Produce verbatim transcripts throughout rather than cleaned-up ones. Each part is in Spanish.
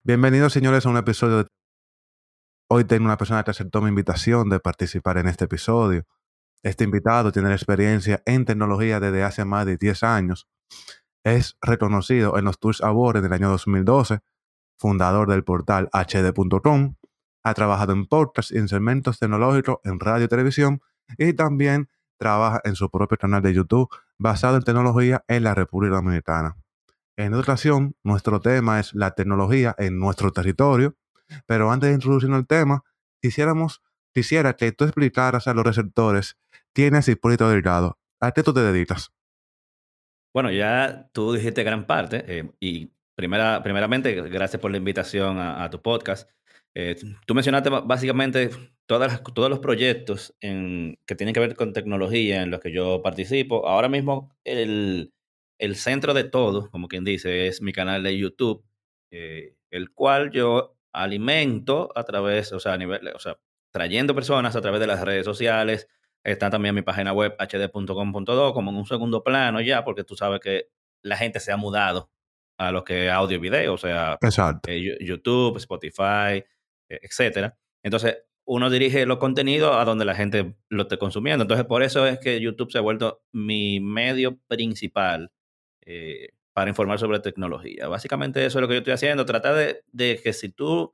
Bienvenidos, señores, a un episodio de... Hoy tengo una persona que aceptó mi invitación de participar en este episodio. Este invitado tiene experiencia en tecnología desde hace más de diez años. Es reconocido en los Tours Awards del año dos mil doce, fundador del portal H D punto com. Ha trabajado en podcasts y en segmentos tecnológicos en radio y televisión, y también trabaja en su propio canal de YouTube basado en tecnología en la República Dominicana. En esta ocasión, nuestro tema es la tecnología en nuestro territorio, pero antes de introducir el tema, quisiéramos, quisiera que tú explicaras a los receptores quién es Hipólito Delgado. ¿A qué tú te dedicas? Bueno, ya tú dijiste gran parte eh, y primera, primeramente, gracias por la invitación a, a tu podcast. Eh, tú mencionaste ba- básicamente todas las- todos los proyectos en- que tienen que ver con tecnología en los que yo participo. Ahora mismo el, el centro de todo, como quien dice, es mi canal de YouTube, eh, el cual yo alimento a través, o sea, a nivel, o sea, trayendo personas a través de las redes sociales. Está también mi página web h d punto com punto do como en un segundo plano ya, porque tú sabes que la gente se ha mudado a lo que es audio y video, o sea, Exacto. eh, Yu- YouTube, Spotify, eh, etcétera. Entonces, uno dirige los contenidos a donde la gente lo esté consumiendo. Entonces, por eso es que YouTube se ha vuelto mi medio principal eh, para informar sobre tecnología. Básicamente eso es lo que yo estoy haciendo, tratar de, de que si tú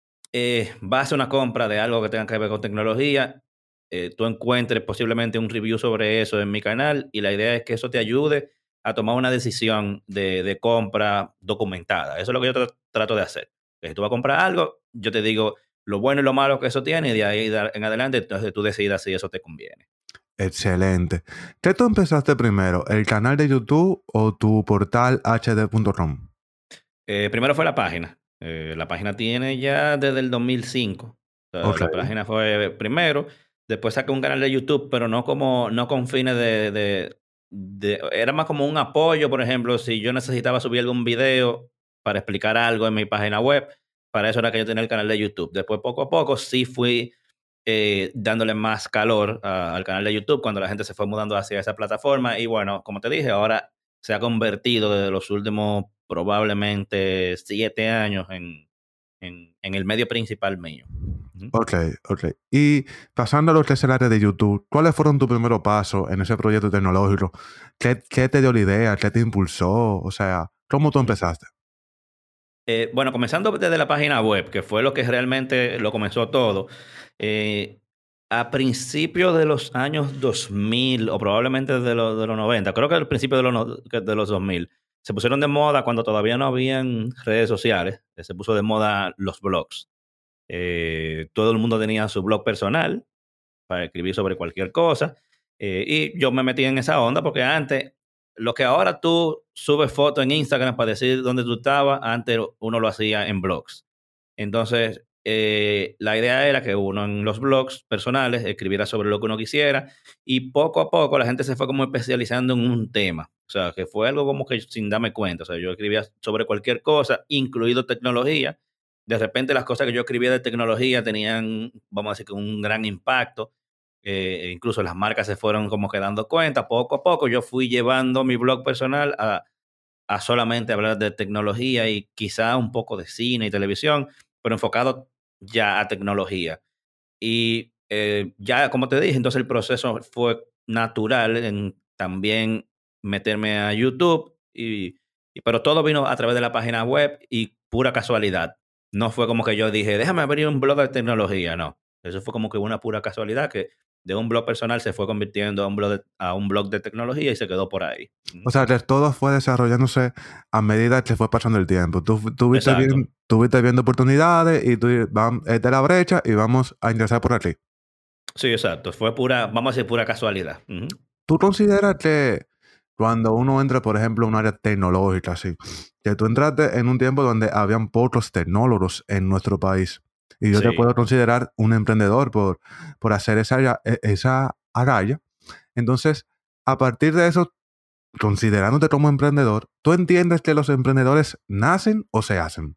eh, vas a hacer una compra de algo que tenga que ver con tecnología, eh, tú encuentres posiblemente un review sobre eso en mi canal y la idea es que eso te ayude a tomar una decisión de, de compra documentada. Eso es lo que yo tra- trato de hacer. Que si tú vas a comprar algo, yo te digo lo bueno y lo malo que eso tiene y de ahí da- en adelante entonces tú decidas si eso te conviene. Excelente. ¿Qué tú empezaste primero, el canal de YouTube o tu portal H D punto com? Eh, primero fue la página. Eh, la página tiene ya desde el dos mil cinco. O sea, Ok. la página fue primero. Después saqué un canal de YouTube, pero no como no con fines de, de- de- era más como un apoyo, por ejemplo, si yo necesitaba subir algún video para explicar algo en mi página web, para eso era que yo tenía el canal de YouTube. Después, poco a poco, sí fui eh, dándole más calor a- al canal de YouTube cuando la gente se fue mudando hacia esa plataforma. Y bueno, como te dije, ahora se ha convertido desde los últimos probablemente siete años en, en, en el medio principal mío. Ujú. Ok, ok. Y pasando a lo que es el área de YouTube, ¿cuáles fueron tus primeros pasos en ese proyecto tecnológico? ¿Qué, qué te dio la idea? ¿Qué te impulsó? O sea, ¿cómo tú Ujú. empezaste? Eh, bueno, comenzando desde la página web, que fue lo que realmente lo comenzó todo, eh, a principios de los años dos mil o probablemente de, los de los noventa, creo que al principio de los, no- que de los dos mil, se pusieron de moda cuando todavía no habían redes sociales, eh, se puso de moda los blogs. Eh, todo el mundo tenía su blog personal para escribir sobre cualquier cosa. Eh, y yo me metí en esa onda porque antes, lo que ahora tú subes fotos en Instagram para decir dónde tú estabas, antes uno lo hacía en blogs. Entonces, eh, la idea era que uno en los blogs personales escribiera sobre lo que uno quisiera y poco a poco la gente se fue como especializando en un tema. O sea, que fue algo como que sin darme cuenta. O sea, yo escribía sobre cualquier cosa, incluido tecnología. De repente las cosas que yo escribía de tecnología tenían, vamos a decir, que un gran impacto. Eh, incluso las marcas se fueron como que dando cuenta. Poco a poco yo fui llevando mi blog personal a, a solamente hablar de tecnología y quizá un poco de cine y televisión, pero enfocado ya a tecnología. Y eh, ya, como te dije, entonces el proceso fue natural en también meterme a YouTube, y, y- pero todo vino a través de la página web y pura casualidad. No fue como que yo dije, déjame abrir un blog de tecnología, no. Eso fue como que una pura casualidad que de un blog personal se fue convirtiendo a un blog de, a un blog de tecnología y se quedó por ahí. O Ujú. sea, que todo fue desarrollándose a medida que fue pasando el tiempo. Tú, fu- tú viste Exacto. bien, tú viste viendo oportunidades y tú vamos, esta es la brecha y vamos a ingresar por aquí. Sí, exacto. Fue pura, vamos a decir, pura casualidad. Ujú. ¿Tú consideras que cuando uno entra, por ejemplo, en un área tecnológica, así, que tú entraste en un tiempo donde habían pocos tecnólogos en nuestro país? Y yo te Sí. puedo considerar un emprendedor por, por hacer esa, área- e- esa agallas. Entonces, a partir de eso, considerándote como emprendedor, ¿tú entiendes que los emprendedores nacen o se hacen?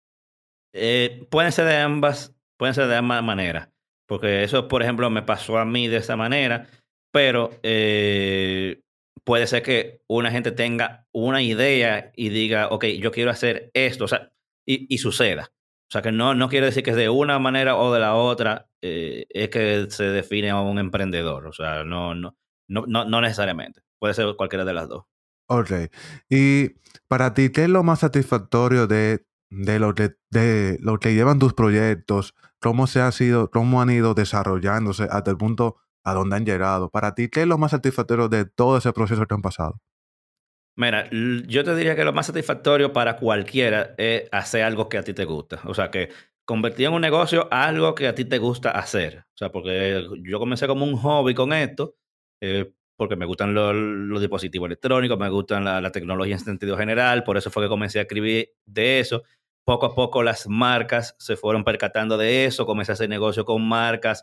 Eh, pueden ser de ambas, pueden ser de ambas maneras, porque eso, por ejemplo, me pasó a mí de esa manera, pero eh, puede ser que una gente tenga una idea y diga, ok, yo quiero hacer esto. O sea, y, y suceda. O sea, que no, no quiere decir que de una manera o de la otra eh, es que se define a un emprendedor. O sea, no, no, no, no, no necesariamente. Puede ser cualquiera de las dos. Ok. Y para ti, ¿qué es lo más satisfactorio de, de lo que, de lo que llevan tus proyectos? ¿Cómo se ha sido, cómo han ido desarrollándose hasta el punto a donde han llegado? Para ti, ¿qué es lo más satisfactorio de todo ese proceso que han pasado? Mira, l- yo te diría que lo más satisfactorio para cualquiera es hacer algo que a ti te gusta. O sea, que convertir en un negocio algo que a ti te gusta hacer. O sea, porque yo comencé como un hobby con esto, eh, porque me gustan los, los dispositivos electrónicos, me gustan la, la tecnología en sentido general, por eso fue que comencé a escribir de eso. Poco a poco las marcas se fueron percatando de eso, comencé a hacer negocio con marcas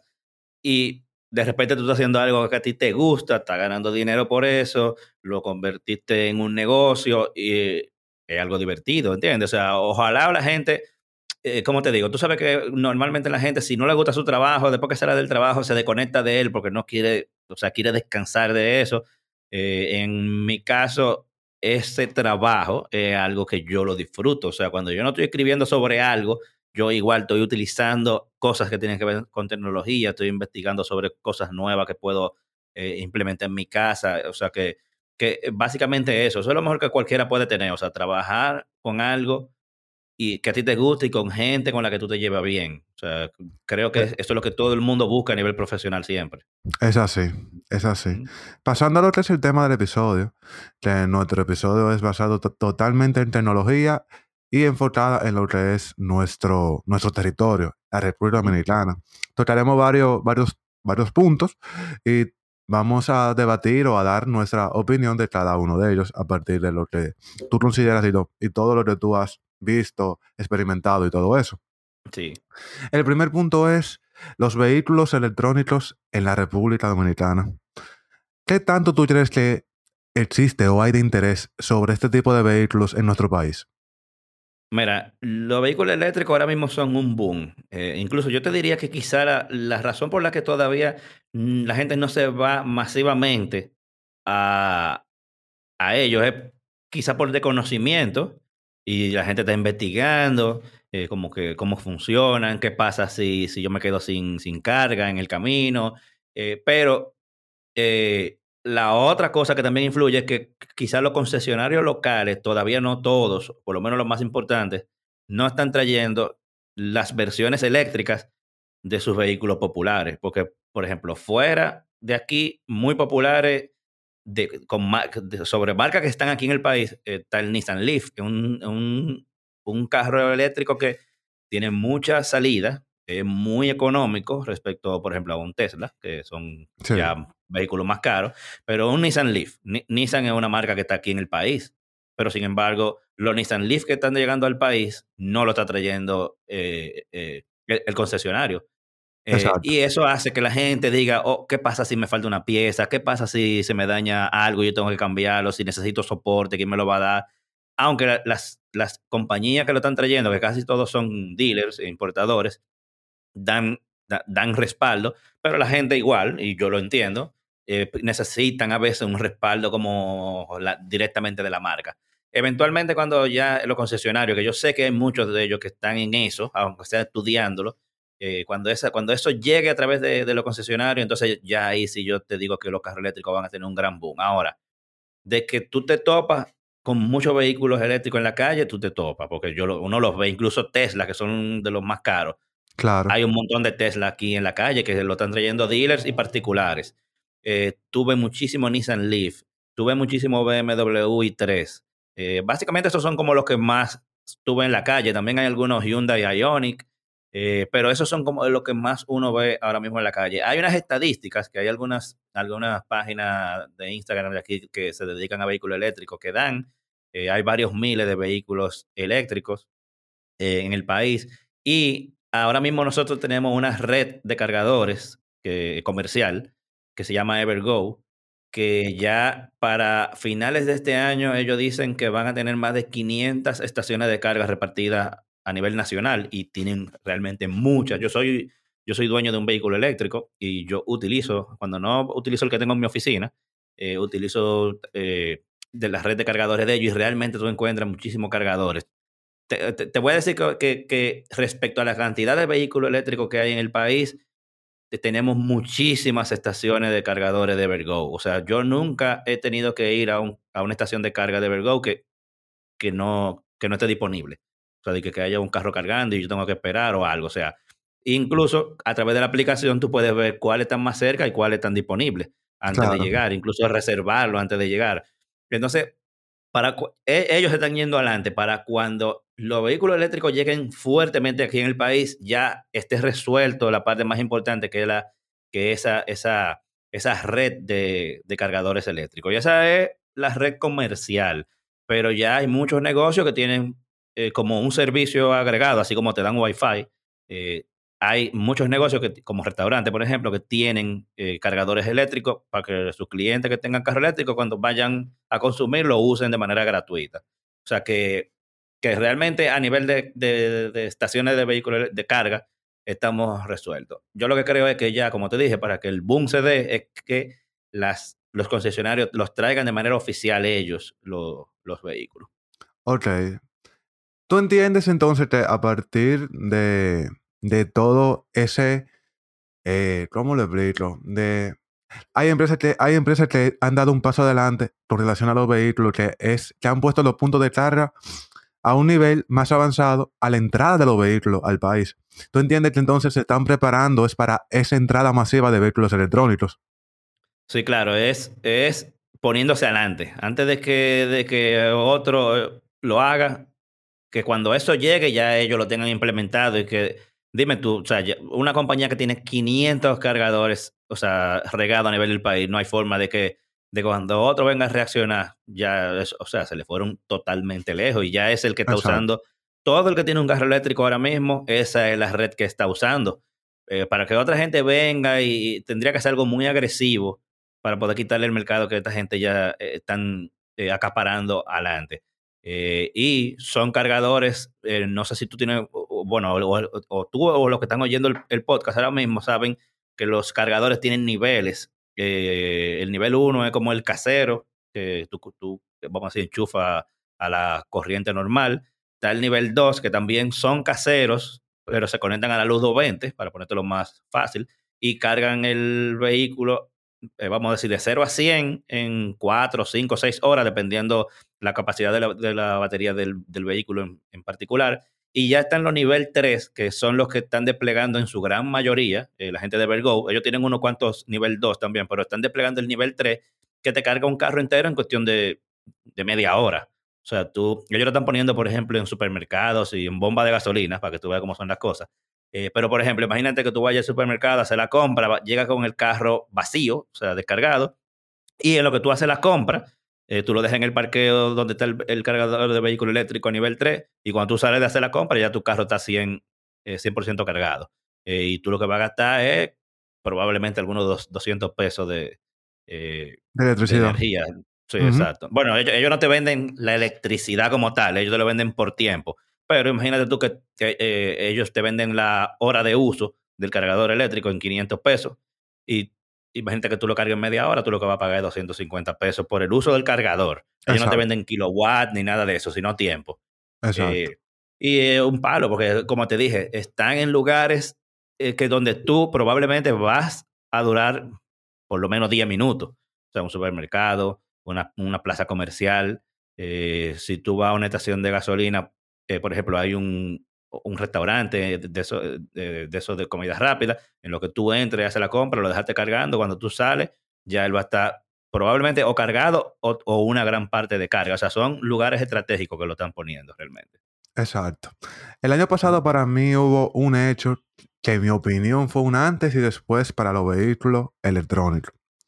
y de repente tú estás haciendo algo que a ti te gusta, estás ganando dinero por eso, lo convertiste en un negocio y es algo divertido, ¿entiendes? O sea, ojalá la gente, eh, como te digo, tú sabes que normalmente la gente, si no le gusta su trabajo, después que sale del trabajo, se desconecta de él porque no quiere, o sea, quiere descansar de eso. Eh, en mi caso, ese trabajo es algo que yo lo disfruto. O sea, cuando yo no estoy escribiendo sobre algo, yo igual estoy utilizando cosas que tienen que ver con tecnología, estoy investigando sobre cosas nuevas que puedo eh, implementar en mi casa. O sea, que, que básicamente eso, eso es lo mejor que cualquiera puede tener. O sea, trabajar con algo y que a ti te guste y con gente con la que tú te llevas bien. O sea, creo que Eh, eso es lo que todo el mundo busca a nivel profesional siempre. Es así, es así. Ujú. Pasando a lo que es el tema del episodio, que nuestro episodio es basado to- totalmente en tecnología y enfocada en lo que es nuestro, nuestro territorio, la República Ujú. Dominicana. Tocaremos varios, varios, varios puntos y vamos a debatir o a dar nuestra opinión de cada uno de ellos a partir de lo que tú consideras y, lo- y todo lo que tú has visto, experimentado y todo eso. Sí. El primer punto es los vehículos electrónicos en la República Dominicana. ¿Qué tanto tú crees que existe o hay de interés sobre este tipo de vehículos en nuestro país? Mira, los vehículos eléctricos ahora mismo son un boom. Eh, incluso yo te diría que quizá la, la razón por la que todavía mm, la gente no se va masivamente a, a ellos es quizá por desconocimiento y la gente está investigando eh, como que cómo funcionan, qué pasa si, si yo me quedo sin, sin carga en el camino. Eh, pero eh, la otra cosa que también influye es que quizás los concesionarios locales, todavía no todos, por lo menos los más importantes, no están trayendo las versiones eléctricas de sus vehículos populares. Porque, por ejemplo, fuera de aquí, muy populares, de, con mar- de- sobre marcas que están aquí en el país, eh, está el Nissan Leaf, que es un, un, un carro eléctrico que tiene mucha salida, es muy económico respecto, por ejemplo, a un Tesla, que son Sí, ya vehículos más caros, pero un Nissan Leaf. Ni- Nissan es una marca que está aquí en el país, pero sin embargo, los Nissan Leaf que están llegando al país no lo está trayendo eh, eh, el, el concesionario. Eh, exacto. y eso hace que la gente diga, oh, ¿qué pasa si me falta una pieza? ¿Qué pasa si se me daña algo y yo tengo que cambiarlo? Si necesito soporte, ¿quién me lo va a dar? Aunque la- las, las compañías que lo están trayendo, que casi todos son dealers e importadores, dan, da- dan respaldo, pero la gente igual, y yo lo entiendo, eh, necesitan a veces un respaldo como la- directamente de la marca. Eventualmente cuando ya los concesionarios, que yo sé que hay muchos de ellos que están en eso, aunque sea estudiándolo, eh, cuando, esa, cuando eso llegue a través de, de los concesionarios, entonces ya ahí sí yo te digo que los carros eléctricos van a tener un gran boom. Ahora, de que tú te topas con muchos vehículos eléctricos en la calle, tú te topas, porque yo lo- uno los ve, incluso Tesla, que son de los más caros. Claro, Hay un montón de Tesla aquí en la calle que lo están trayendo dealers y particulares. Eh, tuve muchísimo Nissan Leaf, tuve muchísimo B M W i tres. Eh, básicamente esos son como los que más tuve en la calle. También hay algunos Hyundai Ioniq, eh, pero esos son como los que más uno ve ahora mismo en la calle. Hay unas estadísticas que hay algunas, algunas páginas de Instagram de aquí que se dedican a vehículos eléctricos que dan. Eh, hay varios miles de vehículos eléctricos eh, en el país. Y ahora mismo nosotros tenemos una red de cargadores que, comercial que se llama Evergo, que ya para finales de este año ellos dicen que van a tener más de quinientas estaciones de carga repartidas a nivel nacional y tienen realmente muchas. Yo soy, yo soy dueño de un vehículo eléctrico y yo utilizo, cuando no utilizo el que tengo en mi oficina, eh, utilizo eh, de la red de cargadores de ellos y realmente tú encuentras muchísimos cargadores te, te, te voy a decir que, que, que respecto a la cantidad de vehículos eléctricos que hay en el país, tenemos muchísimas estaciones de cargadores de Evergo. O sea, yo nunca he tenido que ir a, un, a una estación de carga de Evergo que, que, no, que no esté disponible. O sea, de que, que haya un carro cargando y yo tengo que esperar o algo. O sea, incluso a través de la aplicación tú puedes ver cuáles están más cerca y cuáles están disponibles antes de Claro. llegar. Incluso reservarlo antes de llegar. Entonces, para e, ellos están yendo adelante para cuando los vehículos eléctricos lleguen fuertemente aquí en el país, ya esté resuelto la parte más importante, que es la, que esa, esa, esa red de, de cargadores eléctricos. Y esa es la red comercial, pero ya hay muchos negocios que tienen eh, como un servicio agregado, así como te dan Wi-Fi. Eh, hay muchos negocios, que, como restaurantes, por ejemplo, que tienen eh, cargadores eléctricos para que sus clientes que tengan carro eléctrico, cuando vayan a consumir, lo usen de manera gratuita. O sea que, que realmente a nivel de, de, de estaciones de vehículos de carga estamos resueltos. Yo lo que creo es que ya, como te dije, para que el boom se dé, es que las, los concesionarios los traigan de manera oficial ellos, lo, los vehículos. Ok. ¿Tú entiendes entonces que a partir de, de todo ese, eh, ¿cómo lo explico? De, hay, empresas que, hay empresas que han dado un paso adelante con relación a los vehículos, que, es, que han puesto los puntos de carga a un nivel más avanzado a la entrada de los vehículos al país? ¿Tú entiendes que entonces se están preparando es para esa entrada masiva de vehículos electrónicos? Sí, claro, es, es poniéndose adelante. Antes de que, de que otro lo haga, que cuando eso llegue ya ellos lo tengan implementado y que, dime tú, o sea, una compañía que tiene quinientos cargadores, o sea, regados a nivel del país, no hay forma de que de cuando otro venga a reaccionar, ya, es, o sea, se le fueron totalmente lejos y ya es el que está Exacto. usando, todo el que tiene un carro eléctrico ahora mismo, esa es la red que está usando. Eh, para que otra gente venga y, y tendría que ser algo muy agresivo para poder quitarle el mercado que esta gente ya eh, están eh, acaparando adelante. Eh, y son cargadores, eh, no sé si tú tienes, o, bueno, o, o, o, tú o los que están oyendo el, el, podcast ahora mismo saben que los cargadores tienen niveles. Eh, el nivel uno es como el casero, que tú, tú, vamos a decir, enchufa a la corriente normal. Está el nivel dos, que también son caseros, pero se conectan a la luz doscientos veinte, para ponértelo más fácil, y cargan el vehículo, eh, vamos a decir, de cero a cien en cuatro, cinco, seis horas, dependiendo la capacidad de la, de la batería del, del vehículo en, en, particular. Y ya están los nivel tres, que son los que están desplegando en su gran mayoría, eh, la gente de Evergo. Ellos tienen unos cuantos nivel dos también, pero están desplegando el nivel tres, que te carga un carro entero en cuestión de, de media hora. O sea, tú, ellos lo están poniendo, por ejemplo, en supermercados y en bombas de gasolina, para que tú veas cómo son las cosas. Eh, pero, por ejemplo, imagínate que tú vayas al supermercado a hacer la compra, llega con el carro vacío, o sea, descargado, y en lo que tú haces la compra, eh, tú lo dejas en el parqueo donde está el, el cargador de vehículo eléctrico a nivel tres, y cuando tú sales de hacer la compra, ya tu carro está cien, eh, cien por ciento cargado. Eh, y tú lo que vas a gastar es probablemente algunos dos, doscientos pesos de, eh, De de electricidad. energía. Sí, Uh-huh. exacto. Bueno, ellos, ellos no te venden la electricidad como tal, ellos te lo venden por tiempo. Pero imagínate tú que, que eh, ellos te venden la hora de uso del cargador eléctrico en quinientos pesos, y imagínate que tú lo cargues en media hora, tú lo que vas a pagar es doscientos cincuenta pesos por el uso del cargador. Ellos Exacto. no te venden kilowatts ni nada de eso, sino tiempo. Exacto. Eh, y es un palo, porque como te dije, están en lugares eh, que donde tú probablemente vas a durar por lo menos diez minutos. O sea, un supermercado, una, una plaza comercial. Eh, si tú vas a una estación de gasolina, eh, por ejemplo, hay un, un restaurante de eso de, de, eso de comida rápida, en lo que tú entres, haces la compra, lo dejaste cargando, cuando tú sales, ya él va a estar probablemente o cargado o, o una gran parte de carga. O sea, son lugares estratégicos que lo están poniendo realmente. Exacto. El año pasado para mí hubo un hecho que en mi opinión fue un antes y después para los vehículos electrónicos.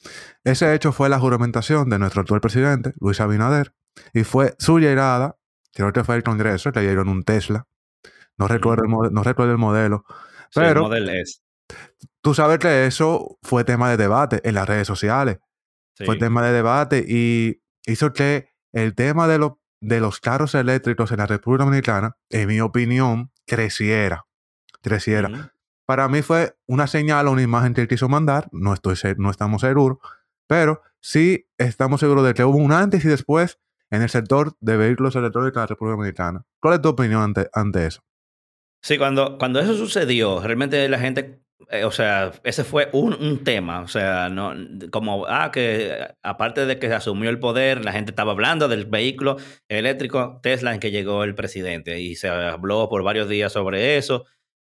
Ese hecho fue la juramentación de nuestro actual presidente, Luis Abinader, y fue su llegada, creo que fue el Congreso, que llegó en un Tesla, no recuerdo, Uh-huh. el, no recuerdo el modelo, Sí, el pero Model S. Tú sabes que eso fue tema de debate en las redes sociales, sí. Fue tema de debate y hizo que el tema de, lo, de los carros eléctricos en la República Dominicana, en mi opinión, creciera, creciera. Uh-huh. Para mí fue una señal o una imagen que él quiso mandar, no, estoy, no estamos seguros, pero sí estamos seguros de que hubo un antes y después en el sector de vehículos electrónicos de la República Dominicana. ¿Cuál es tu opinión ante, ante eso? Sí, cuando, cuando eso sucedió, realmente la gente, eh, o sea, ese fue un, un tema, o sea, no, como, ah, que eh, aparte de que asumió el poder, la gente estaba hablando del vehículo eléctrico Tesla en que llegó el presidente y se habló por varios días sobre eso.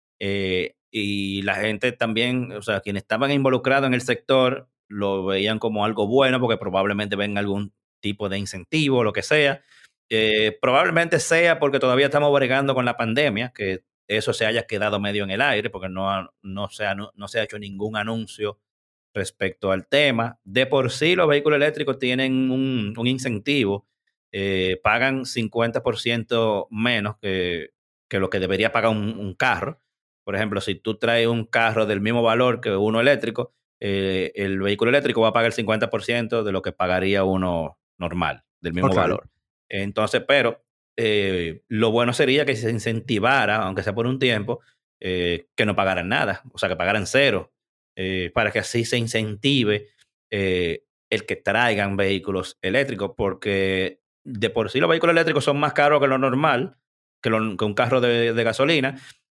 eh, y la gente también, o sea, quienes estaban involucrados en el sector lo veían como algo bueno porque probablemente ven algún tipo de incentivo, lo que sea. Eh, probablemente sea porque todavía estamos bregando con la pandemia, que eso se haya quedado medio en el aire, porque no, ha- no, se, ha, no, no se ha hecho ningún anuncio respecto al tema. De por sí, los vehículos eléctricos tienen un, un incentivo, eh, pagan cincuenta por ciento menos que, que lo que debería pagar un, un carro. Por ejemplo, si tú traes un carro del mismo valor que uno eléctrico, eh, el vehículo eléctrico va a pagar el cincuenta por ciento de lo que pagaría uno normal, del mismo Ok, valor. Entonces, pero eh, lo bueno sería que se incentivara, aunque sea por un tiempo, eh, que no pagaran nada, o sea, que pagaran cero, eh, para que así se incentive eh, el que traigan vehículos eléctricos, porque de por sí los vehículos eléctricos son más caros que lo normal, que, lo- que un carro de, de gasolina,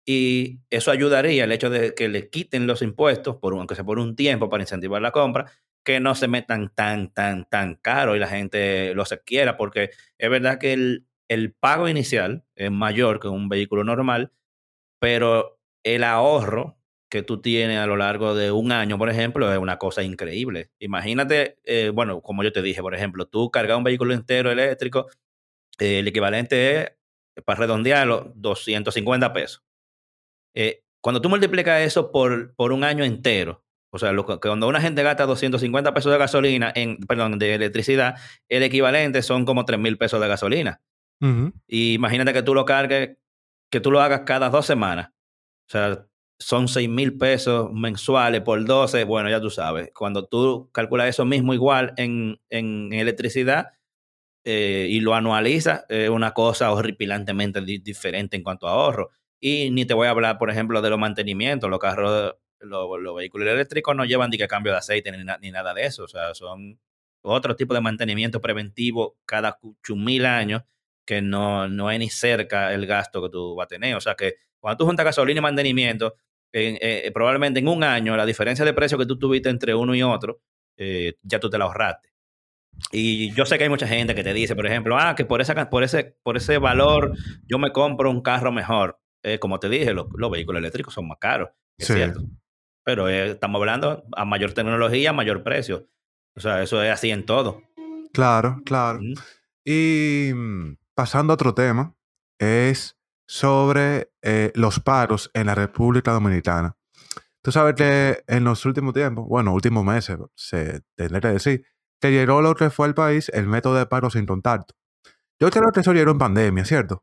y eso ayudaría el hecho de que le quiten los impuestos, por, un- aunque sea por un tiempo, para incentivar la compra, que no se metan tan, tan, tan caro y la gente los adquiera, porque es verdad que el, el pago inicial es mayor que un vehículo normal, pero el ahorro que tú tienes a lo largo de un año, por ejemplo, es una cosa increíble. Imagínate, eh, bueno, como yo te dije, por ejemplo, tú cargas un vehículo entero eléctrico, eh, el equivalente es, para redondearlo, doscientos cincuenta pesos. Eh, cuando tú multiplicas eso por, por un año entero, o sea, lo que, cuando una gente gasta doscientos cincuenta pesos de gasolina, en, perdón, de electricidad, el equivalente son como tres mil pesos de gasolina. ujú, Y imagínate que tú lo cargues, que tú lo hagas cada dos semanas. O sea, son seis mil pesos mensuales por doce. Bueno, ya tú sabes. Cuando tú calculas eso mismo igual en, en electricidad, eh, y lo anualiza, es una cosa horripilantemente di- diferente en cuanto a ahorro. Y ni te voy a hablar, por ejemplo, de los mantenimientos. Los carros, los, los vehículos eléctricos no llevan ni que cambio de aceite ni, na- ni nada de eso. O sea, son otro tipo de mantenimiento preventivo cada ocho mil años que no, no es ni cerca el gasto que tú vas a tener. O sea, que cuando tú juntas gasolina y mantenimiento, en- eh, probablemente en un año la diferencia de precio que tú tuviste entre uno y otro, eh, ya tú te la ahorraste. Y yo sé que hay mucha gente que te dice, por ejemplo, ah, que por, esa, ca- por, ese, por ese valor yo me compro un carro mejor. Eh, como te dije, los, los vehículos eléctricos son más caros, es sí, cierto. Pero eh, estamos hablando a mayor tecnología, a mayor precio. O sea, eso es así en todo. claro, claro. Ujú. Y mm, pasando a otro tema, es sobre eh, los paros en la República Dominicana. Tú sabes que en los últimos tiempos, bueno, últimos meses, se tendría que decir, que llegó lo que fue al país el método de paro sin contacto. Yo creo que eso llegó en pandemia, ¿cierto?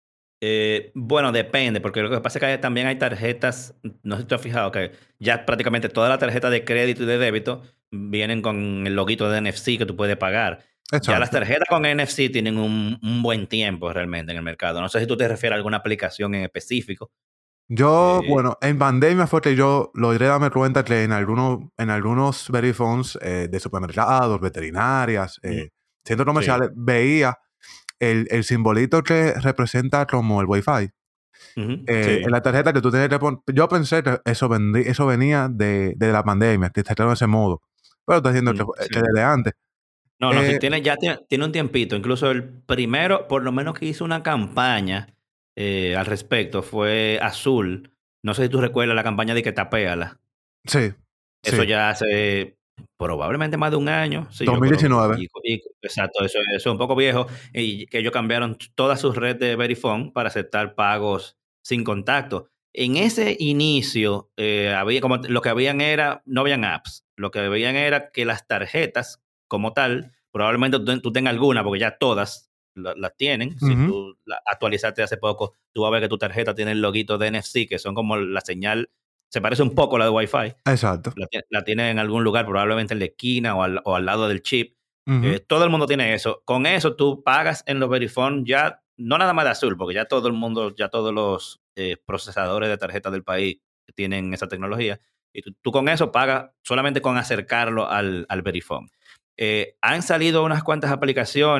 Eh, bueno, depende, porque lo que pasa es que hay- también hay tarjetas, no sé si te has fijado que ya prácticamente todas las tarjetas de crédito y de débito vienen con el loguito de N F C que tú puedes pagar. Ya las Exacto. tarjetas con N F C tienen un, un buen tiempo realmente en el mercado. No sé si tú te refieres a alguna aplicación en específico. Yo, Eh, bueno, en pandemia fue que yo logré darme cuenta que en algunos, en algunos veriforms eh, de supermercados, veterinarias, mm, eh, centros sí. comerciales, veía el, el simbolito que representa como el Wi-Fi. Ujú, Eh, en sí. la tarjeta que tú tienes que poner, yo pensé que eso, vendí- eso venía de, de la pandemia, que está en ese modo. Pero estoy diciendo que, Mm, que sí. desde antes. No, no, sí, Eh, tiene, ya tiene, tiene un tiempito. Incluso el primero, por lo menos que hizo una campaña eh, al respecto, fue Azul. No sé si tú recuerdas la campaña de que tapéala. sí, Eso sí. ya hace probablemente más de un año. Sí, yo creo. dos mil diecinueve. Y, y- exacto, eso, eso es un poco viejo. Y que ellos cambiaron toda su red de Verifone para aceptar pagos sin contacto. En ese inicio, eh, había como lo que habían era, no habían apps. Lo que habían era que las tarjetas, como tal, probablemente tú, tú tengas alguna, porque ya todas la- las tienen. Si Ujú, tú la actualizaste hace poco, tú vas a ver que tu tarjeta tiene el loguito de N F C, que son como la señal, se parece un poco a la de Wi-Fi, exacto. la, tie- la tiene en algún lugar, probablemente en la esquina o al, o al lado del chip. Ujú, Eh, todo el mundo tiene eso. Con eso tú pagas en los Verifone ya, no nada más de Azul, porque ya todo el mundo, ya todos los eh, procesadores de tarjetas del país tienen esa tecnología. Y tú, tú con eso pagas solamente con acercarlo al, al Verifone. Eh, han salido unas cuantas aplicaciones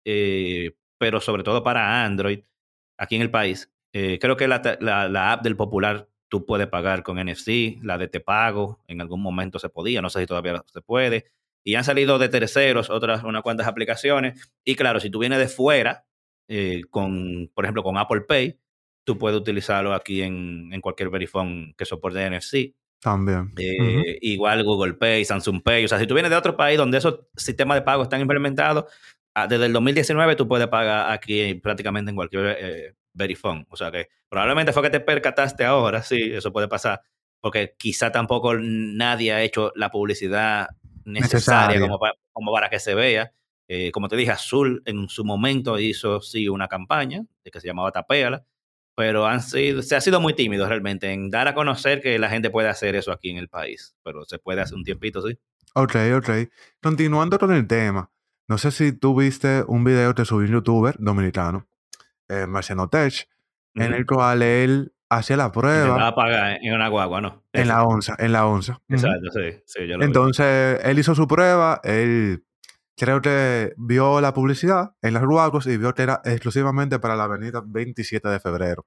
eh, pero sobre todo para Android, aquí en el país. Eh, creo que la, la, la app del Popular tú puedes pagar con N F C, la de Te Pago, en algún momento se podía, no sé si todavía se puede. Y han salido de terceros otras unas cuantas aplicaciones. Y claro, si tú vienes de fuera, eh, con, por ejemplo, con Apple Pay, tú puedes utilizarlo aquí en, en cualquier Verifone que soporte N F C. También. Ujú. Eh, igual Google Pay, Samsung Pay. O sea, si tú vienes de otro país donde esos sistemas de pago están implementados, ah, desde el dos mil diecinueve tú puedes pagar aquí prácticamente en cualquier eh, Verifone. O sea que probablemente fue que te percataste ahora, sí, eso puede pasar, porque quizá tampoco nadie ha hecho la publicidad necesaria Necesaria. como para, como para que se vea. Eh, como te dije, Azul en su momento hizo sí una campaña de que se llamaba Tapéala, pero han sido, se ha sido muy tímido realmente en dar a conocer que la gente puede hacer eso aquí en el país, pero se puede hacer un tiempito, sí. Ok, ok. Continuando con el tema, no sé si tú viste un video que subió un youtuber dominicano, eh, Marciano Tech, en el Ujú. cual él hacía la prueba Intentaba pagar en una guagua, ¿no? en Ese. la onza, en la onza. Ujú. Exacto, sí, sí, yo lo vi. Entonces, él hizo su prueba, él creo que vio la publicidad en las ruagos y vio que era exclusivamente para la avenida veintisiete de febrero.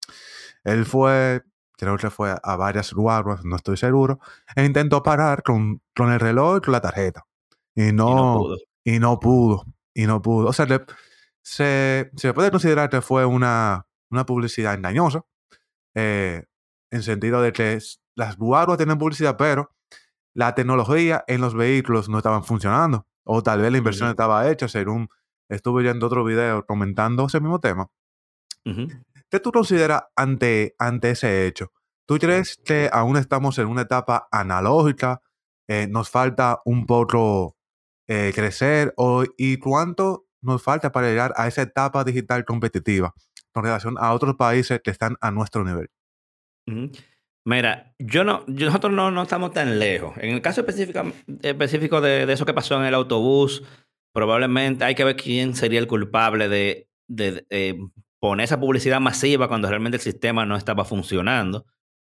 Él fue, creo que fue a varias ruagos, no estoy seguro, e intentó parar con, con el reloj y con la tarjeta. Y Y no no, pudo. y no pudo, y no pudo. O sea, le- se, se puede considerar que fue una, una publicidad engañosa, eh, en sentido de que es- las guaguas tienen publicidad, pero la tecnología en los vehículos no estaban funcionando. O tal vez la inversión Ujú, estaba hecha, según estuve viendo otro video comentando ese mismo tema. ujú, ¿Qué tú consideras ante, ante ese hecho? ¿Tú crees que aún estamos en una etapa analógica? Eh, ¿Nos falta un poco eh, crecer? O, ¿y cuánto nos falta para llegar a esa etapa digital competitiva con relación a otros países que están a nuestro nivel? ujú. Mira, yo no, yo- nosotros no, no estamos tan lejos. En el caso específico, específico de, de eso que pasó en el autobús, probablemente hay que ver quién sería el culpable de, de, de, eh, poner esa publicidad masiva cuando realmente el sistema no estaba funcionando.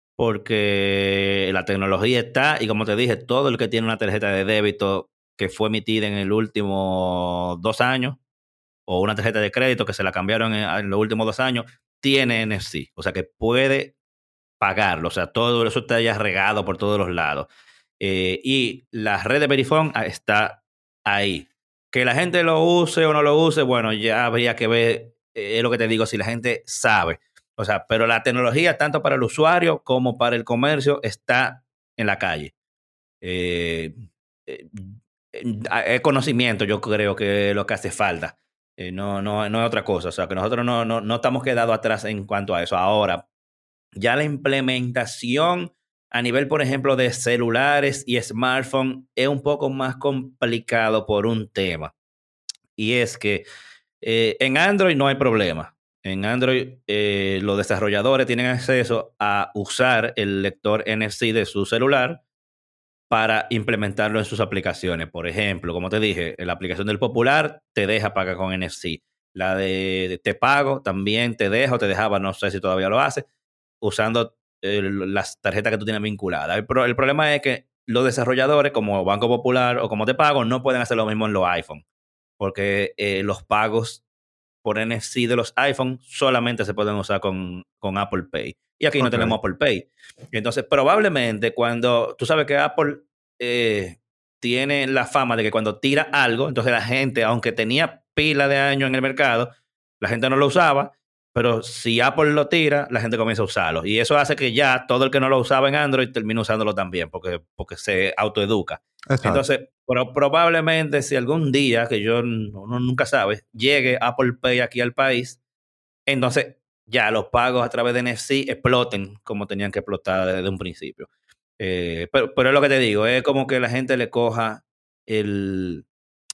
Porque la tecnología está, y como te dije, todo el que tiene una tarjeta de débito que fue emitida en el último dos años, o una tarjeta de crédito que se la cambiaron en, en los últimos dos años, tiene N F C. O sea que puede pagarlo. O sea, todo eso está ya regado por todos los lados. Eh, y la red de Verifone ah, está ahí. Que la gente lo use o no lo use, bueno, ya habría que ver, eh, es lo que te digo, si la gente sabe. O sea, pero la tecnología, tanto para el usuario como para el comercio, está en la calle. Eh, eh, eh, conocimiento, yo creo que es lo que hace falta. Eh, no, no, no es otra cosa. O sea, que nosotros no, no, no estamos quedados atrás en cuanto a eso. Ahora, ya la implementación a nivel, por ejemplo, de celulares y smartphone es un poco más complicado por un tema. Y es que eh, en Android no hay problema. En Android, eh, los desarrolladores tienen acceso a usar el lector N F C de su celular para implementarlo en sus aplicaciones. Por ejemplo, como te dije, la aplicación del Popular te deja pagar con N F C. La de Te Pago también te deja o te dejaba, no sé si todavía lo hace, usando eh, las tarjetas que tú tienes vinculadas. El, pro- el problema es que los desarrolladores, como Banco Popular o como Te Pago, no pueden hacer lo mismo en los iPhone, porque eh, los pagos por N F C de los iPhone solamente se pueden usar con, con Apple Pay. Y aquí no Ok, tenemos Apple Pay. Entonces, probablemente cuando tú sabes que Apple eh, tiene la fama de que cuando tira algo, entonces la gente, aunque tenía pila de años en el mercado, la gente no lo usaba, pero si Apple lo tira, la gente comienza a usarlo. Y eso hace que ya todo el que no lo usaba en Android termine usándolo también, porque, porque se autoeduca. exacto. Entonces, pero probablemente si algún día, que yo uno nunca sabe, llegue Apple Pay aquí al país, entonces ya los pagos a través de N F C exploten como tenían que explotar desde un principio. Eh, pero, pero es lo que te digo, es como que la gente le coja el,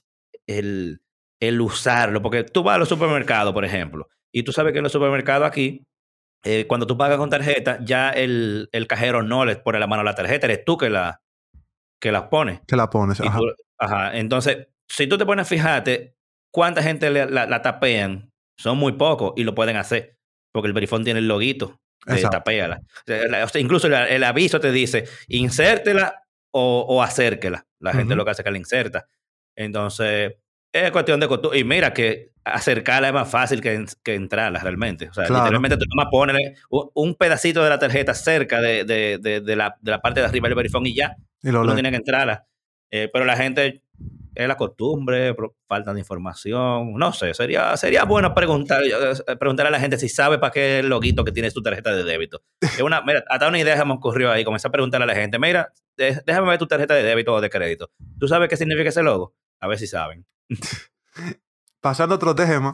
el, el usarlo, porque tú vas a los supermercados, por ejemplo, y tú sabes que en los supermercados aquí, eh, cuando tú pagas con tarjeta, ya el, el cajero no les pone la mano a la tarjeta, eres tú que la, que las pones. Te la pones, Y ajá. tú, ajá, entonces, si tú te pones a fijarte, ¿cuánta gente le- la, la tapean? Son muy pocos y lo pueden hacer, porque el verifón tiene el loguito de Exacto. tapéala. O sea, la- o sea, incluso el, el aviso te dice, insértela o, o acérquela. La gente Ujú. lo que hace es que la inserta. Entonces, Es cuestión de costumbre. Y mira que acercarla es más fácil que, que entrarla realmente. O sea, Claro, literalmente tú nomás pones un, un pedacito de la tarjeta cerca de, de, de, de la, de la parte de arriba del verifón y ya. y lo Tú no lees. tienes que entrarla. Eh, pero la gente, es la costumbre, pro- falta de información. No sé, sería, sería bueno preguntar, eh, preguntar a la gente si sabe para qué el loguito que tiene tu tarjeta de débito. Es una, mira, hasta una idea se me ocurrió ahí. Comencé a preguntar a la gente, mira, de- déjame ver tu tarjeta de débito o de crédito. ¿Tú sabes qué significa ese logo? A ver si saben. Pasando a otro tema,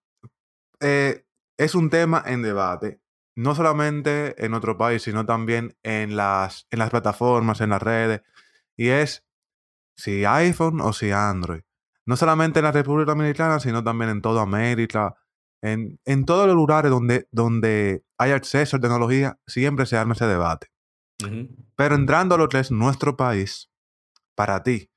eh, es un tema en debate, no solamente en otro país, sino también en las, en las plataformas, en las redes, y es si iPhone o si Android. No solamente en la República Dominicana, sino también en toda América, en, en todos los lugares donde, donde hay acceso a tecnología, siempre se arma ese debate. Ujú. Pero entrando a lo que es nuestro país, para ti,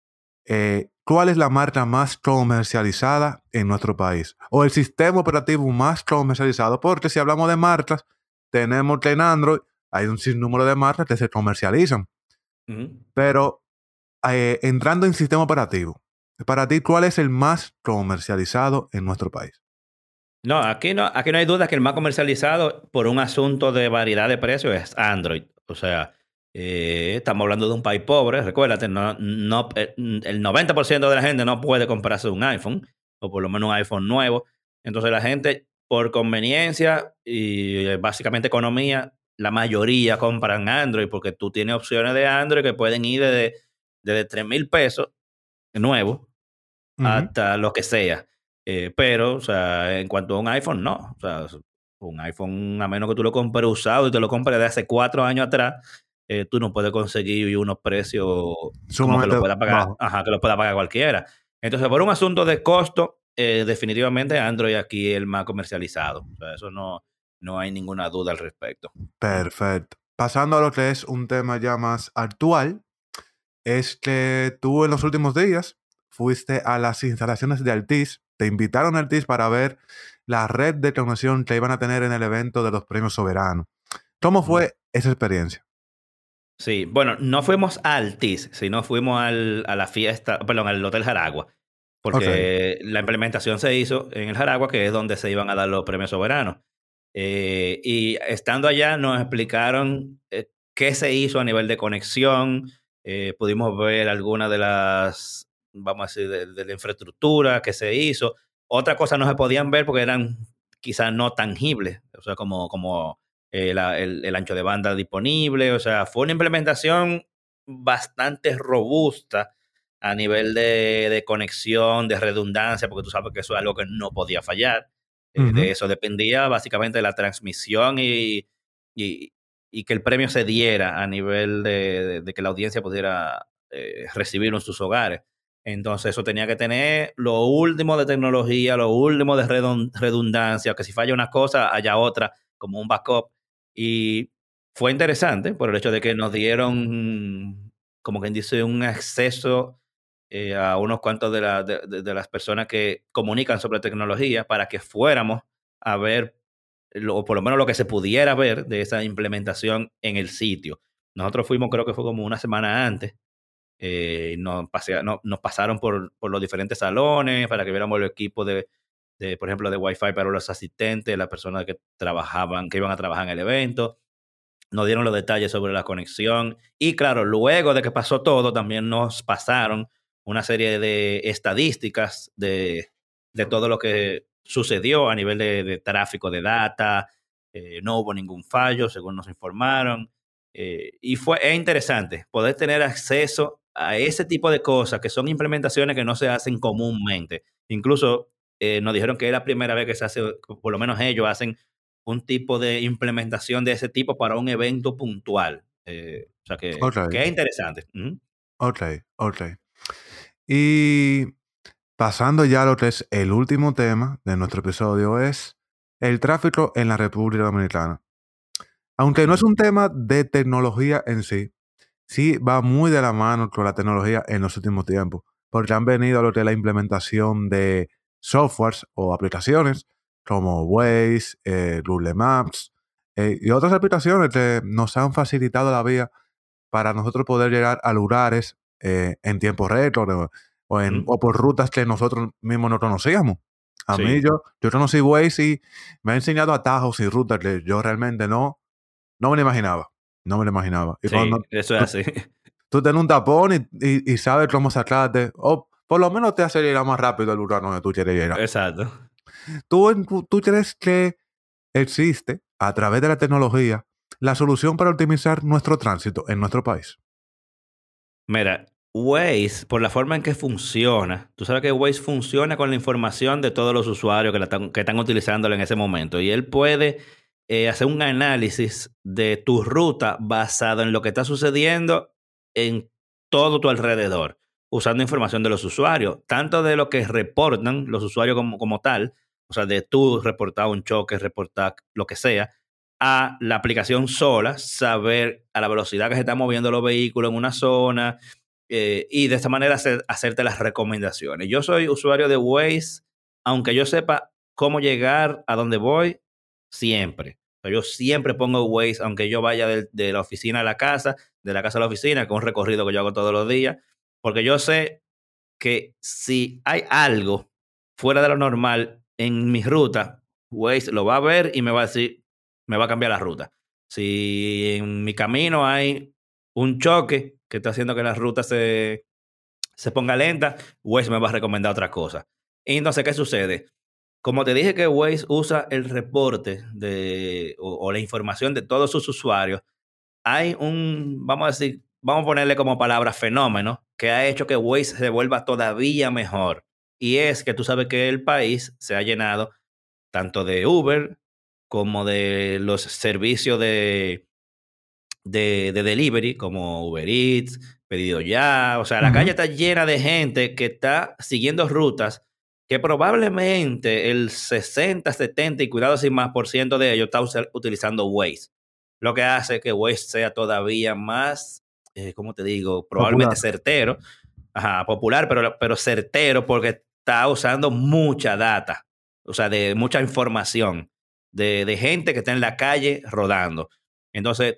eh, ¿cuál es la marca más comercializada en nuestro país? O el sistema operativo más comercializado, porque si hablamos de marcas, tenemos que en Android hay un sinnúmero de marcas que se comercializan. Ujú. Pero eh, entrando en sistema operativo, para ti, ¿cuál es el más comercializado en nuestro país? No, aquí no, aquí no hay duda que el más comercializado por un asunto de variedad de precios es Android. O sea, eh, estamos hablando de un país pobre, recuérdate, no, no, eh, el noventa por ciento de la gente no puede comprarse un iPhone, o por lo menos un iPhone nuevo. Entonces la gente, por conveniencia y eh, básicamente economía, la mayoría compran Android porque tú tienes opciones de Android que pueden ir desde, desde tres mil pesos nuevos Ujú. hasta lo que sea. Eh, pero, o sea, en cuanto a un iPhone, no. O sea, un iPhone, a menos que tú lo compres usado y te lo compres de hace cuatro años atrás, eh, tú no puedes conseguir unos precios como que lo Sumamente pueda pagar, bajo. ajá, que lo pueda pagar cualquiera. Entonces, por un asunto de costo, eh, definitivamente Android aquí es el más comercializado. O sea, eso no, no hay ninguna duda al respecto. Ujú. Perfecto. Pasando a lo que es un tema ya más actual, es que tú en los últimos días fuiste a las instalaciones de Altiz, te invitaron a Altiz para ver la red de conexión que iban a tener en el evento de los premios soberanos. ¿Cómo Ujú. fue esa experiencia? Sí, bueno, no fuimos al Altis, sino fuimos al, a la fiesta, perdón, al Hotel Jaragua, Ok. porque la implementación se hizo en el Jaragua, que es donde se iban a dar los premios soberanos. Eh, y estando allá nos explicaron eh, qué se hizo a nivel de conexión, eh, pudimos ver algunas de las, vamos a decir, de, de la infraestructura que se hizo. Otras cosas no se podían ver porque eran quizás no tangibles, o sea, como, como eh, la- el, el ancho de banda disponible, o sea, fue una implementación bastante robusta a nivel de, de conexión, de redundancia, porque tú sabes que eso es algo que no podía fallar. Eh, Ujú, de eso dependía básicamente de la transmisión y, y, y que el premio se diera a nivel de, de- de que la audiencia pudiera eh, recibirlo en sus hogares. Entonces eso tenía que tener lo último de tecnología, lo último de redun- redundancia, que si falla una cosa, haya otra, como un backup. Y fue interesante por el hecho de que nos dieron, como quien dice, un acceso eh, a unos cuantos de, la- de- de- de las personas que comunican sobre tecnología para que fuéramos a ver, lo- o por lo menos lo que se pudiera ver de esa implementación en el sitio. Nosotros fuimos, creo que fue como una semana antes, eh, nos, pasea- no- nos pasaron por, por los diferentes salones para que viéramos el equipo de, de, por ejemplo, de Wi-Fi para los asistentes, las personas que trabajaban, que iban a trabajar en el evento. Nos dieron los detalles sobre la conexión. Y claro, luego de que pasó todo, también nos pasaron una serie de estadísticas de, de todo lo que sucedió a nivel de, de tráfico de data. Eh, no hubo ningún fallo, según nos informaron. Eh, y fue es interesante poder tener acceso a ese tipo de cosas que son implementaciones que no se hacen comúnmente. Incluso eh, nos dijeron que es la primera vez que se hace, por lo menos ellos hacen un tipo de implementación de ese tipo para un evento puntual. Eh, o sea que, ok, que es interesante. Ujú. ok, ok. Y pasando ya a lo que es el último tema de nuestro episodio es el tráfico en la República Dominicana. Aunque no es Ujú. un tema de tecnología en sí, sí va muy de la mano con la tecnología en los últimos tiempos, porque han venido a lo que es la implementación de softwares o aplicaciones como Waze, eh, Google Maps eh, y otras aplicaciones que nos han facilitado la vía para nosotros poder llegar a lugares eh, en tiempo récord o, o, en, Ujú. o por rutas que nosotros mismos no conocíamos. A mí, Sí, yo, yo conocí Waze y me ha enseñado atajos y rutas que yo realmente no, no me lo imaginaba. No me lo imaginaba. Y cuando sí, eso es tú, así. tú tienes un tapón y, y, y sabes cómo sacarte, o por lo menos te hace llegar más rápido al lugar donde tú quieres llegar. Exacto. ¿Tú, en- tú, tú crees que existe, a través de la tecnología, la solución para optimizar nuestro tránsito en nuestro país? Mira, Waze, por la forma en que funciona, tú sabes que Waze funciona con la información de todos los usuarios que, la están, que están utilizándolo en ese momento. Y él puede eh, hacer un análisis de tu ruta basado en lo que está sucediendo en todo tu alrededor, usando información de los usuarios, tanto de lo que reportan los usuarios como, como tal, o sea, de tú reportar un choque, reportar lo que sea, a la aplicación sola, saber a la velocidad que se están moviendo los vehículos en una zona, eh, y de esta manera hacer, hacerte las recomendaciones. Yo soy usuario de Waze, aunque yo sepa cómo llegar a donde voy, siempre. O sea, yo siempre pongo Waze, aunque yo vaya de, de la oficina a la casa, de la casa a la oficina, con un recorrido que yo hago todos los días, porque yo sé que si hay algo fuera de lo normal en mi ruta, Waze lo va a ver y me va a decir, me va a cambiar la ruta. Si en mi camino hay un choque que está haciendo que la ruta se, se ponga lenta, Waze me va a recomendar otra cosa. Y entonces, ¿qué sucede? Como te dije que Waze usa el reporte de, o, o la información de todos sus usuarios, hay un, vamos a decir, vamos a ponerle como palabra fenómeno, que ha hecho que Waze se vuelva todavía mejor. Y es que tú sabes que el país se ha llenado tanto de Uber como de los servicios de, de, de delivery, como Uber Eats, Pedido Ya. O sea, la calle Ujú. está llena de gente que está siguiendo rutas que probablemente el sesenta, setenta y cuidado sin más por ciento de ellos está usa- utilizando Waze. Lo que hace que Waze sea todavía más, eh, ¿cómo te digo? Popular. Probablemente certero, ajá, popular, pero, pero certero porque está usando mucha data, o sea, de mucha información de, de gente que está en la calle rodando. Entonces,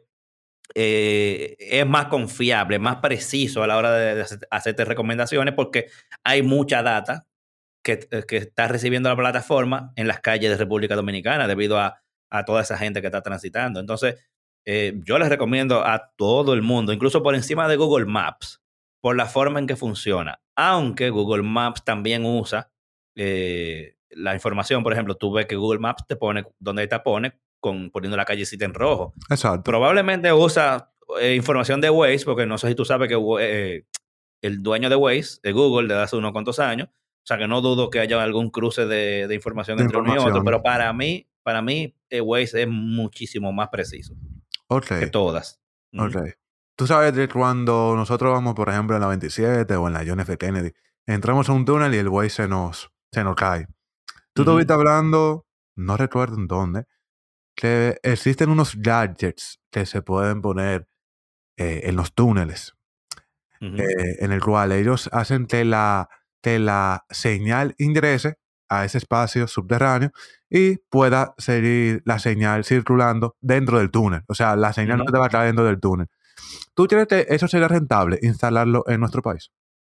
eh, es más confiable, más preciso a la hora de, de hacer- hacerte recomendaciones porque hay mucha data que, eh, que está recibiendo la plataforma en las calles de República Dominicana debido a, a toda esa gente que está transitando. Entonces, eh, yo les recomiendo a todo el mundo, incluso por encima de Google Maps, por la forma en que funciona. Aunque Google Maps también usa eh, la información, por ejemplo, tú ves que Google Maps te pone donde hay tapones con, poniendo la callecita en rojo. Exacto. Probablemente usa eh, información de Waze, porque no sé si tú sabes que eh, el dueño de Waze, de Google, de hace unos cuantos años. O sea, que no dudo que haya algún cruce de, de información De entre uno y otro, información. pero para mí, para mí, eh, Waze es muchísimo más preciso Ok, que todas. ok. Ujú, Tú sabes de cuando nosotros vamos, por ejemplo, en la veintisiete o en la John F. Kennedy, entramos a un túnel y el Waze se nos, se nos cae. Tú ujú, estuviste hablando, no recuerdo en dónde, que existen unos gadgets que se pueden poner eh, en los túneles, ujú. eh, en el cual ellos hacen que la, que la señal ingrese a ese espacio subterráneo y pueda seguir la señal circulando dentro del túnel. O sea, la señal no Ujú. te va a caer dentro del túnel. ¿Tú crees que eso sería rentable, instalarlo en nuestro país?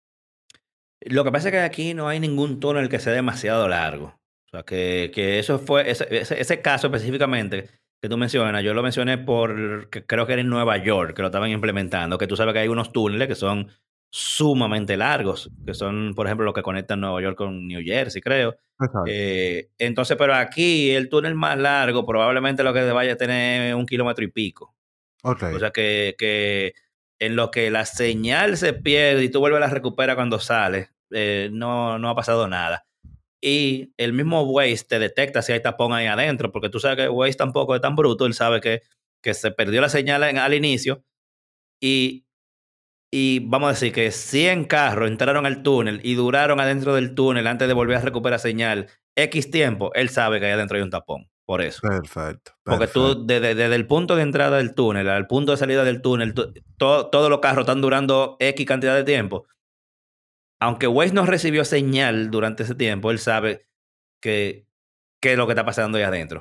Lo que pasa es que aquí no hay ningún túnel que sea demasiado largo. O sea, que, que eso fue, ese, ese, ese caso específicamente que tú mencionas, yo lo mencioné por, que creo que era en Nueva York, que lo estaban implementando, que tú sabes que hay unos túneles que son sumamente largos, que son, por ejemplo, los que conectan Nueva York con New Jersey, creo. Exacto. Eh, entonces, pero aquí el túnel más largo probablemente lo que vaya a tener un kilómetro y pico. Ok, O sea, que, que en lo que la señal se pierde y tú vuelves a la recuperar cuando sales, eh, no, no ha pasado nada. Y el mismo Waze te detecta si hay tapón ahí adentro, porque tú sabes que Waze tampoco es tan bruto, él sabe que, que se perdió la señal en- al inicio y, y vamos a decir que cien carros entraron al túnel y duraron adentro del túnel antes de volver a recuperar señal X tiempo, él sabe que ahí adentro hay un tapón, por eso. perfecto, Porque perfecto. tú, desde, desde el punto de entrada del túnel al punto de salida del túnel, tú- to- todos los carros están durando X cantidad de tiempo. Aunque Waze no recibió señal durante ese tiempo, él sabe que, qué es lo que está pasando ahí adentro.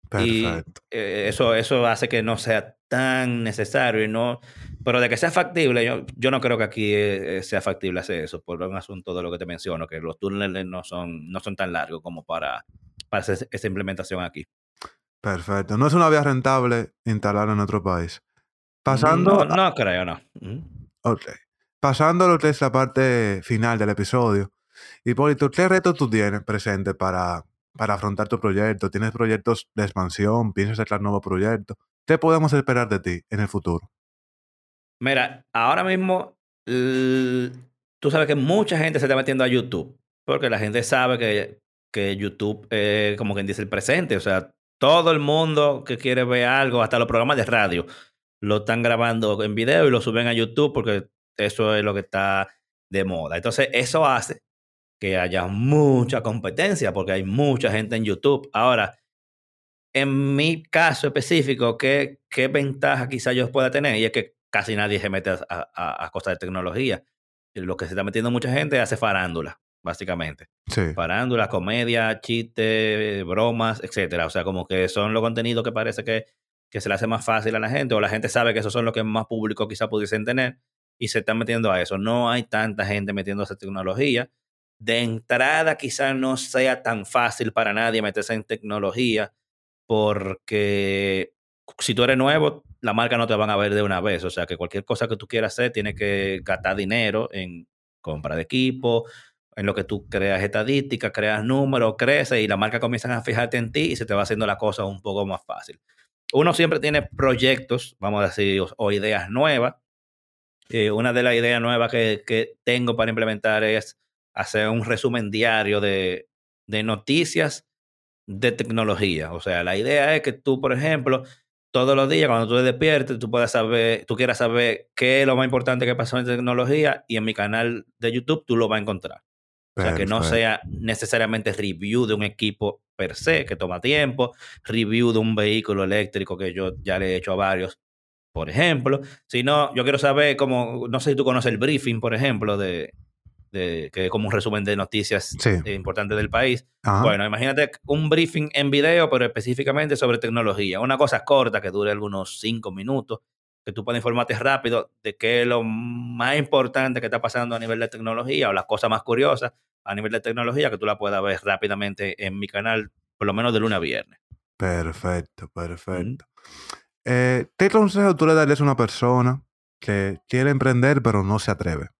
Y Perfecto. eh, eso, eso hace que no sea tan necesario y no, pero de que sea factible, yo, yo no creo que aquí eh, sea factible hacer eso, por un asunto de lo que te menciono, que los túneles no son, no son tan largos como para, para hacer esa implementación aquí. Perfecto. No es una vía rentable instalarlo en otro país. No, Pasando a, no creo, no. Ujú. ok. Pasando a lo que es la parte final del episodio. Hipólito, ¿qué retos tú tienes presente para, para afrontar tu proyecto? ¿Tienes proyectos de expansión? ¿Piensas sacar nuevos proyectos? ¿Qué podemos esperar de ti en el futuro? Mira, ahora mismo l- tú sabes que mucha gente se está metiendo a YouTube, porque la gente sabe que, que YouTube es como quien dice el presente, o sea, todo el mundo que quiere ver algo, hasta los programas de radio, lo están grabando en video y lo suben a YouTube porque eso es lo que está de moda. Entonces, eso hace que haya mucha competencia, porque hay mucha gente en YouTube. Ahora, en mi caso específico, ¿qué, qué ventaja quizá yo pueda tener? Y es que casi nadie se mete a, a- a cosas de tecnología. Lo que se está metiendo mucha gente hace farándula, básicamente. Sí, Farándula, comedia, chistes, bromas, etcétera. O sea, como que son los contenidos que parece que, que se le hace más fácil a la gente, o la gente sabe que esos son los que más público quizá pudiesen tener, y se están metiendo a eso. No hay tanta gente metiéndose a tecnología. De entrada, quizá no sea tan fácil para nadie meterse en tecnología porque si tú eres nuevo, la marca no te van a ver de una vez. O sea, que cualquier cosa que tú quieras hacer, tienes que gastar dinero en compra de equipo, en lo que tú creas estadísticas, creas números, creces y la marca comienzan a fijarte en ti y se te va haciendo la cosa un poco más fácil. Uno siempre tiene proyectos, vamos a decir, o, o ideas nuevas. Eh, una de las ideas nuevas que, que tengo para implementar es hacer un resumen diario de, de noticias de tecnología. O sea, la idea es que tú, por ejemplo, todos los días cuando tú te despiertes, tú puedas saber, tú quieras saber qué es lo más importante que pasó en tecnología y en mi canal de YouTube tú lo vas a encontrar. O sea, que no perfecto. sea necesariamente review de un equipo per se, que toma tiempo, review de un vehículo eléctrico que yo ya le he hecho a varios, por ejemplo. Sino, yo quiero saber cómo, no sé si tú conoces el briefing, por ejemplo, de, de, que es como un resumen de noticias Sí. eh, importantes del país. Ajá. Bueno, imagínate un briefing en video, pero específicamente sobre tecnología. Una cosa corta que dure algunos cinco minutos, que tú puedas informarte rápido de qué es lo más importante que está pasando a nivel de tecnología o las cosas más curiosas a nivel de tecnología que tú la puedas ver rápidamente en mi canal, por lo menos de lunes a viernes. Perfecto, Mm. perfecto. Eh, ¿qué consejo tú le darías a una persona que quiere emprender pero no se atreve?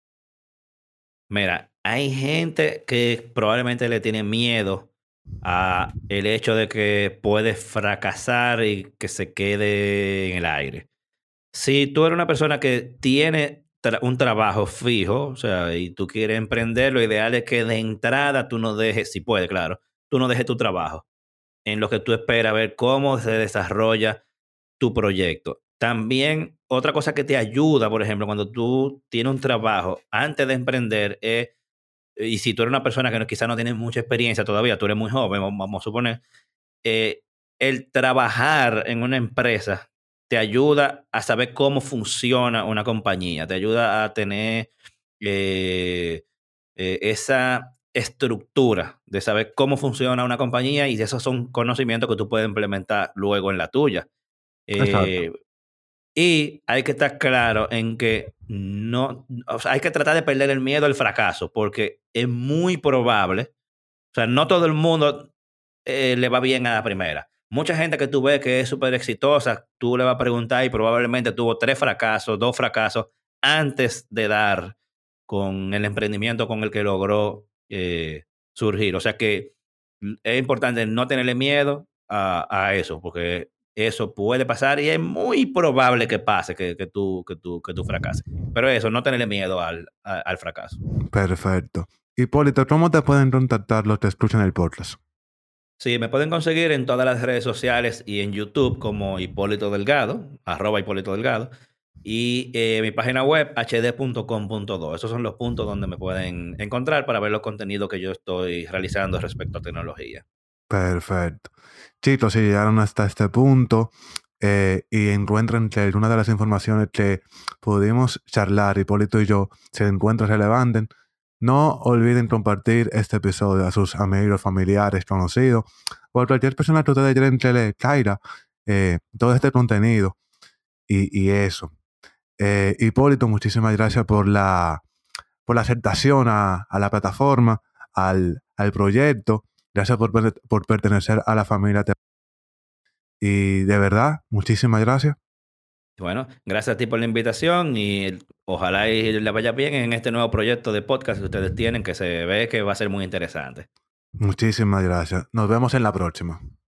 Mira, hay gente que probablemente le tiene miedo a el hecho de que puede fracasar y que se quede en el aire. Si tú eres una persona que tiene tra- un trabajo fijo, o sea, y tú quieres emprender, lo ideal es que de entrada tú no dejes, si puedes, claro, tú no dejes tu trabajo en lo que tú esperas ver cómo se desarrolla tu proyecto. También otra cosa que te ayuda, por ejemplo, cuando tú tienes un trabajo antes de emprender es y si tú eres una persona que no, quizás no tienes mucha experiencia todavía, tú eres muy joven, vamos vamos a suponer, eh, el trabajar en una empresa te ayuda a saber cómo funciona una compañía, te ayuda a tener eh, eh, esa estructura de saber cómo funciona una compañía y esos son conocimientos que tú puedes implementar luego en la tuya. Exacto. Eh, y hay que estar claro en que no, o sea, hay que tratar de perder el miedo al fracaso, porque es muy probable, o sea, no todo el mundo eh, le va bien a la primera. Mucha gente que tú ves que es súper exitosa, tú le vas a preguntar y probablemente tuvo tres fracasos, dos fracasos antes de dar con el emprendimiento con el que logró eh, surgir. O sea que mm, es importante no tenerle miedo a, a eso, porque eso puede pasar y es muy probable que pase, que, que tú, que, tú, que tú fracases. Pero eso, no tenerle miedo al, a- al fracaso. Perfecto. Hipólito, ¿cómo te pueden contactar los que escuchan el podcast? Sí, me pueden conseguir en todas las redes sociales y en YouTube como Hipólito Delgado, arroba Hipólito Delgado, y eh, mi página web h d punto com punto do. Esos son los puntos donde me pueden encontrar para ver los contenidos que yo estoy realizando respecto a tecnología. Perfecto. Chicos, si llegaron hasta este punto eh, y encuentran que alguna de las informaciones que pudimos charlar, Hipólito y yo, se encuentra relevante, No olviden compartir este episodio a sus amigos, familiares, conocidos, o a cualquier persona que ustedes quieren que le caiga eh, todo este contenido y, y eso. Eh, Hipólito, muchísimas gracias por la, por la aceptación a, a la plataforma, al, al proyecto. Gracias por, per- por pertenecer a la familia. Y de verdad, muchísimas gracias. Bueno, gracias a ti por la invitación y ojalá y le vaya bien en este nuevo proyecto de podcast que ustedes tienen, que se ve que va a ser muy interesante. Muchísimas gracias. Nos vemos en la próxima.